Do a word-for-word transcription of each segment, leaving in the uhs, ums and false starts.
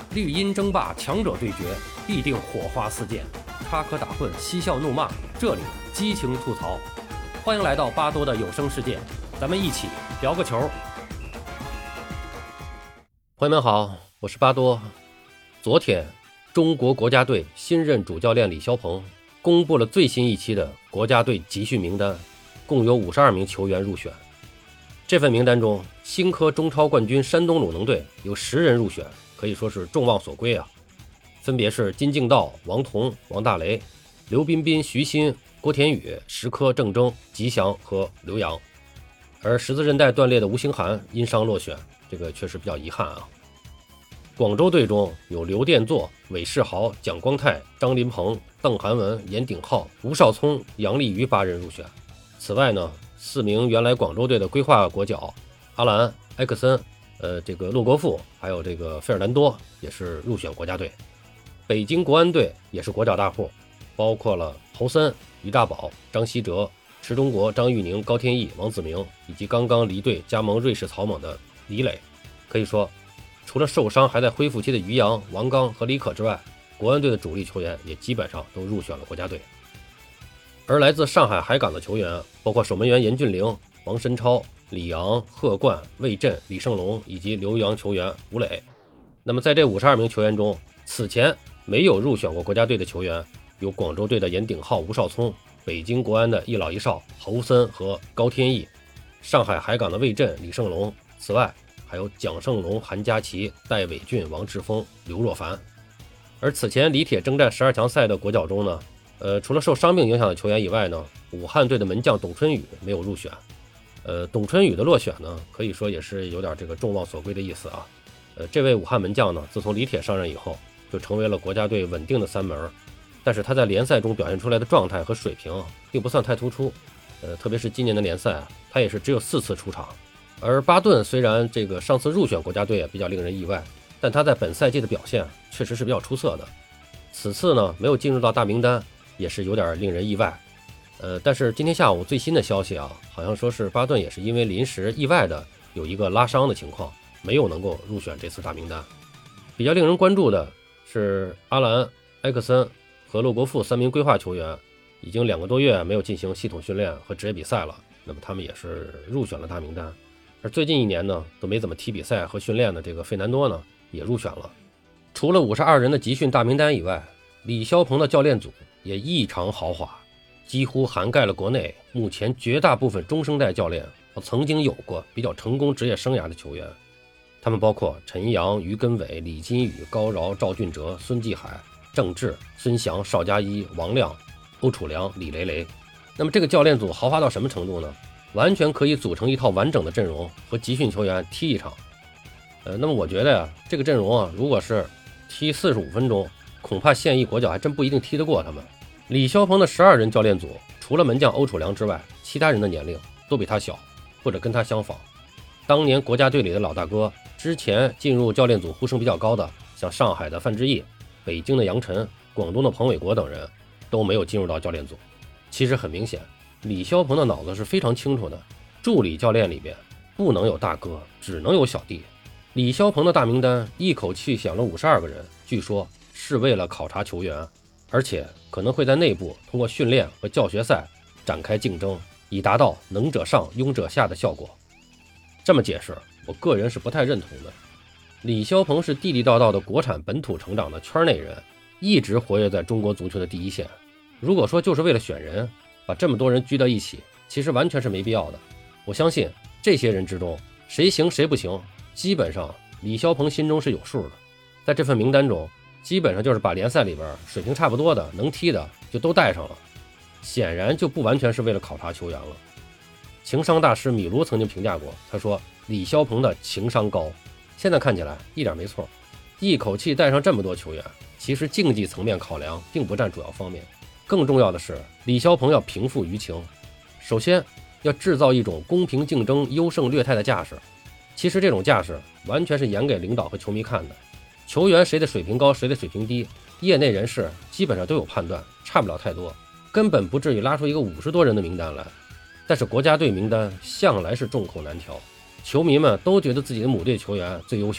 绿茵争霸，强者对决，必定火花四溅，插科打诨，嬉笑怒骂，这里激情吐槽。欢迎来到巴多的有声世界，咱们一起聊个球。朋友们好，我是巴多。昨天，中国国家队新任主教练李霄鹏公布了最新一期的国家队集训名单，共有五十二名球员入选。这份名单中，新科中超冠军山东鲁能队有十人入选，可以说是众望所归啊。分别是金敬道、王彤、王大雷、刘彬彬、徐新、郭田雨、石科、郑铮、吉祥和刘洋。而十字韧带断裂的吴兴涵因伤落选，这个确实比较遗憾啊。广州队中有刘殿座、韦世豪、蒋光太、张林鹏、邓涵文、严鼎皓、吴少聪、杨立瑜八人入选。此外呢，四名原来广州队的规划国脚阿兰、埃克森、呃，这个洛国富，还有这个费尔南多也是入选国家队。北京国安队也是国脚大户，包括了侯森、于大宝、张稀哲、池中国、张玉宁、高天意、王子明，以及刚刚离队加盟瑞士草蜢的李磊。可以说，除了受伤还在恢复期的于洋、王刚和李可之外，国安队的主力球员也基本上都入选了国家队。而来自上海海港的球员，包括守门员严俊凌、王申超、李阳、贺冠、魏震、李胜龙以及留洋球员吴磊。那么在这五十二名球员中，此前没有入选过国家队的球员有广州队的严鼎皓、吴少聪，北京国安的一老一少侯森和高天意，上海海港的魏震、李胜龙，此外还有蒋胜龙、韩佳琪、戴伟俊、王志峰、刘若凡。而此前李铁征战十二强赛的国脚中呢，呃，除了受伤病影响的球员以外呢，武汉队的门将董春雨没有入选。呃，董春雨的落选呢，可以说也是有点这个众望所归的意思啊。呃，这位武汉门将呢，自从李铁上任以后，就成为了国家队稳定的三门，但是他在联赛中表现出来的状态和水平并不算太突出。呃，特别是今年的联赛啊，他也是只有四次出场。而巴顿虽然这个上次入选国家队也比较令人意外，但他在本赛季的表现确实是比较出色的。此次呢，没有进入到大名单，也是有点令人意外。呃，但是今天下午最新的消息啊，好像说是巴顿也是因为临时意外的有一个拉伤的情况，没有能够入选这次大名单。比较令人关注的是阿兰、埃克森和洛国富三名规划球员，已经两个多月没有进行系统训练和职业比赛了，那么他们也是入选了大名单。而最近一年呢，都没怎么踢比赛和训练的这个费南多呢，也入选了。除了五十二人的集训大名单以外，李霄鹏的教练组也异常豪华，几乎涵盖了国内目前绝大部分中生代教练和曾经有过比较成功职业生涯的球员。他们包括陈阳、于根伟、李金羽、高饶、赵俊哲、孙继海、郑智、孙祥、邵佳一、王亮、欧楚良、李雷雷。那么这个教练组豪华到什么程度呢？完全可以组成一套完整的阵容和集训球员踢一场。呃，那么我觉得呀，这个阵容啊，如果是踢四十五分钟，恐怕现役国脚还真不一定踢得过他们。李霄鹏的十二人教练组，除了门将欧楚良之外，其他人的年龄都比他小，或者跟他相仿。当年国家队里的老大哥，之前进入教练组呼声比较高的，像上海的范志毅、北京的杨晨、广东的彭伟国等人，都没有进入到教练组。其实很明显，李霄鹏的脑子是非常清楚的，助理教练里边不能有大哥，只能有小弟。李霄鹏的大名单一口气选了五十二个人，据说是为了考察球员，而且可能会在内部通过训练和教学赛展开竞争，以达到能者上庸者下的效果。这么解释，我个人是不太认同的。李霄鹏是地地道道的国产本土成长的圈内人，一直活跃在中国足球的第一线。如果说就是为了选人，把这么多人聚到一起，其实完全是没必要的。我相信这些人之中，谁行谁不行，基本上李霄鹏心中是有数的。在这份名单中，基本上就是把联赛里边水平差不多的能踢的就都带上了，显然就不完全是为了考察球员了。情商大师米卢曾经评价过，他说李霄鹏的情商高。现在看起来一点没错，一口气带上这么多球员，其实竞技层面考量并不占主要方面，更重要的是李霄鹏要平复舆情，首先要制造一种公平竞争、优胜劣汰的架势。其实这种架势完全是演给领导和球迷看的，球员谁的水平高谁的水平低，业内人士基本上都有判断，差不了太多，根本不至于拉出一个五十多人的名单来。但是国家队名单向来是众口难调，球迷们都觉得自己的母队球员最优秀，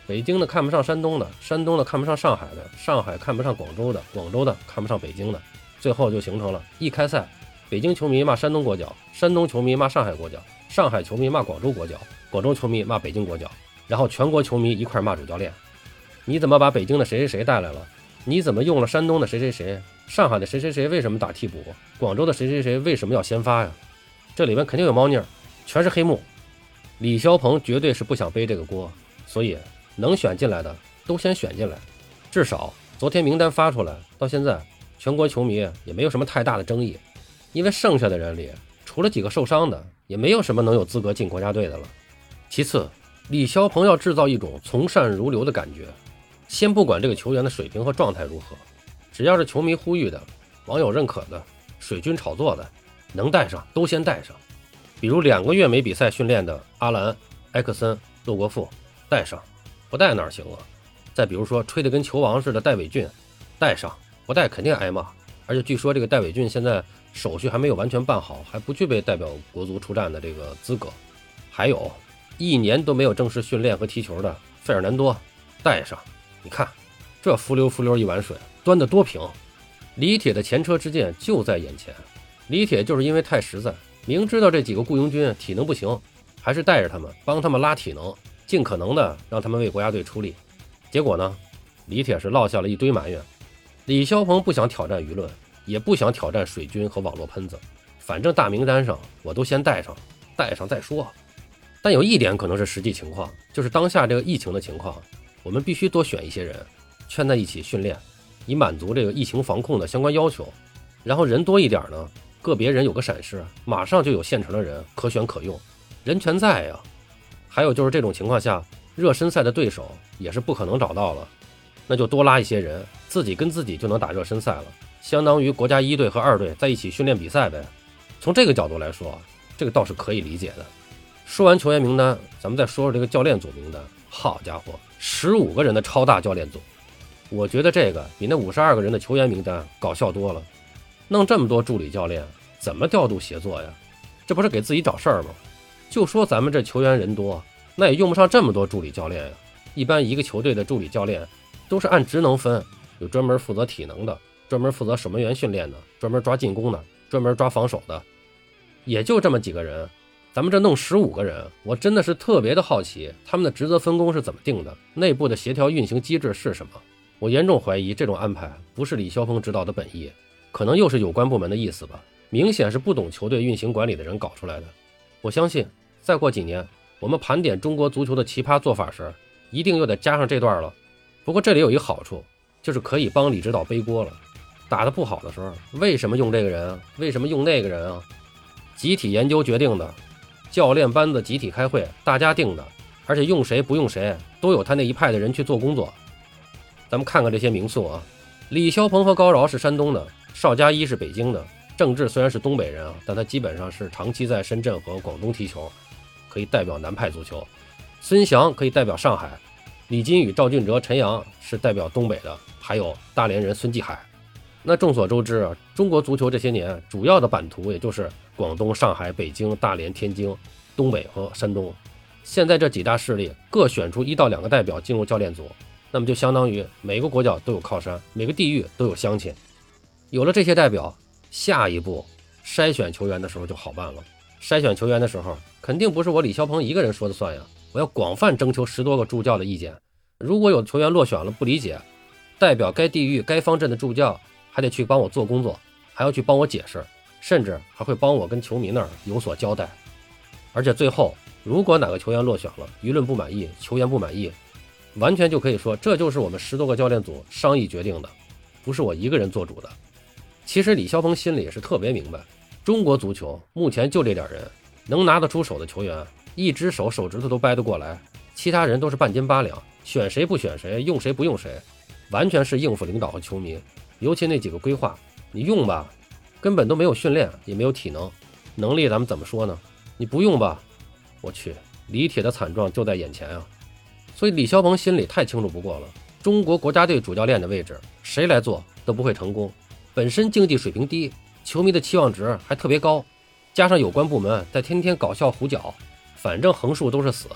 北京的看不上山东的，山东的看不上上海的，上海看不上广州的，广州的看不上北京的，最后就形成了一开赛，北京球迷骂山东国脚，山东球迷骂上海国脚，上海球迷骂广州国脚，广州球迷骂北京国脚，然后全国球迷一块骂主教练。你怎么把北京的谁谁谁带来了？你怎么用了山东的谁谁谁？上海的谁谁谁为什么打替补？广州的谁谁谁为什么要先发呀？这里面肯定有猫腻儿，全是黑幕。李霄鹏绝对是不想背这个锅，所以能选进来的都先选进来。至少昨天名单发出来到现在，全国球迷也没有什么太大的争议，因为剩下的人里除了几个受伤的，也没有什么能有资格进国家队的了。其次，李霄鹏要制造一种从善如流的感觉，先不管这个球员的水平和状态如何，只要是球迷呼吁的，网友认可的，水军炒作的，能带上都先带上。比如两个月没比赛训练的阿兰、埃克森、洛国富带上，不带哪行啊？再比如说吹得跟球王似的戴伟俊，带上不带肯定挨骂。而且据说这个戴伟俊现在手续还没有完全办好，还不具备代表国足出战的这个资格。还有一年都没有正式训练和踢球的费尔南多带上，你看这浮溜浮溜一碗水端得多平。李铁的前车之鉴就在眼前，李铁就是因为太实在，明知道这几个雇佣军体能不行，还是带着他们帮他们拉体能，尽可能的让他们为国家队出力。结果呢，李铁是落下了一堆埋怨。李霄鹏不想挑战舆论，也不想挑战水军和网络喷子，反正大名单上我都先带上，带上再说。但有一点可能是实际情况，就是当下这个疫情的情况，我们必须多选一些人圈在一起训练，以满足这个疫情防控的相关要求。然后人多一点呢，个别人有个闪失，马上就有现成的人可选可用，人全在呀。还有就是这种情况下，热身赛的对手也是不可能找到了，那就多拉一些人，自己跟自己就能打热身赛了，相当于国家一队和二队在一起训练比赛呗。从这个角度来说，这个倒是可以理解的。说完球员名单，咱们再说说这个教练组名单。好家伙，十五个人的超大教练组，我觉得这个比那五十二个人的球员名单搞笑多了。弄这么多助理教练，怎么调度协作呀？这不是给自己找事儿吗？就说咱们这球员人多，那也用不上这么多助理教练呀。一般一个球队的助理教练都是按职能分，有专门负责体能的，专门负责守门员训练的，专门抓进攻的，专门抓防守的，也就这么几个人。咱们这弄十五个人，我真的是特别的好奇，他们的职责分工是怎么定的，内部的协调运行机制是什么？我严重怀疑这种安排不是李霄鹏指导的本意，可能又是有关部门的意思吧，明显是不懂球队运行管理的人搞出来的。我相信再过几年，我们盘点中国足球的奇葩做法时，一定又得加上这段了。不过这里有一个好处，就是可以帮李指导背锅了。打得不好的时候，为什么用这个人，为什么用那个人啊？集体研究决定的，教练班子集体开会，大家定的，而且用谁不用谁都有他那一派的人去做工作。咱们看看这些名宿啊，李霄鹏和高饶是山东的，邵佳一是北京的，郑智虽然是东北人啊，但他基本上是长期在深圳和广东踢球，可以代表南派足球。孙祥可以代表上海，李金羽、赵俊哲、陈阳是代表东北的，还有大连人孙继海。那众所周知啊，中国足球这些年主要的版图也就是广东、上海、北京、大连、天津、东北和山东。现在这几大势力各选出一到两个代表进入教练组，那么就相当于每个国家都有靠山，每个地域都有乡亲。有了这些代表，下一步筛选球员的时候就好办了。筛选球员的时候，肯定不是我李霄鹏一个人说的算呀，我要广泛征求十多个助教的意见。如果有球员落选了不理解，代表该地域该方阵的助教还得去帮我做工作，还要去帮我解释，甚至还会帮我跟球迷那儿有所交代。而且最后如果哪个球员落选了，舆论不满意，球员不满意，完全就可以说这就是我们十多个教练组商议决定的，不是我一个人做主的。其实李霄鹏心里也是特别明白，中国足球目前就这点人，能拿得出手的球员一只手手指头都掰得过来，其他人都是半斤八两，选谁不选谁，用谁不用谁，完全是应付领导和球迷。尤其那几个规划，你用吧，根本都没有训练，也没有体能，能力咱们怎么说呢？你不用吧，我去，李铁的惨状就在眼前啊！所以李霄鹏心里太清楚不过了，中国国家队主教练的位置，谁来做都不会成功。本身竞技水平低，球迷的期望值还特别高，加上有关部门在天天搞笑胡搅，反正横竖都是死。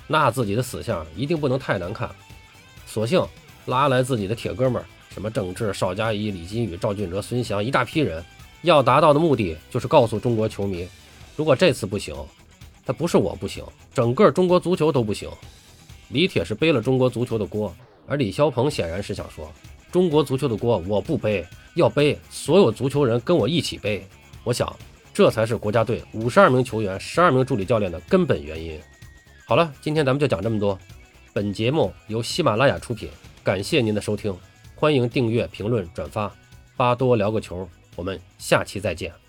那自己的死相一定不能太难看。索性拉来自己的铁哥们儿，什么郑智、邵佳一、李金羽、赵俊哲、孙祥，一大批人，要达到的目的就是告诉中国球迷，如果这次不行，他不是我不行，整个中国足球都不行。李铁是背了中国足球的锅，而李霄鹏显然是想说，中国足球的锅我不背，要背所有足球人跟我一起背。我想这才是国家队五十二名球员十二名助理教练的根本原因。好了，今天咱们就讲这么多。本节目由喜马拉雅出品，感谢您的收听，欢迎订阅评论转发。巴多聊个球，我们下期再见。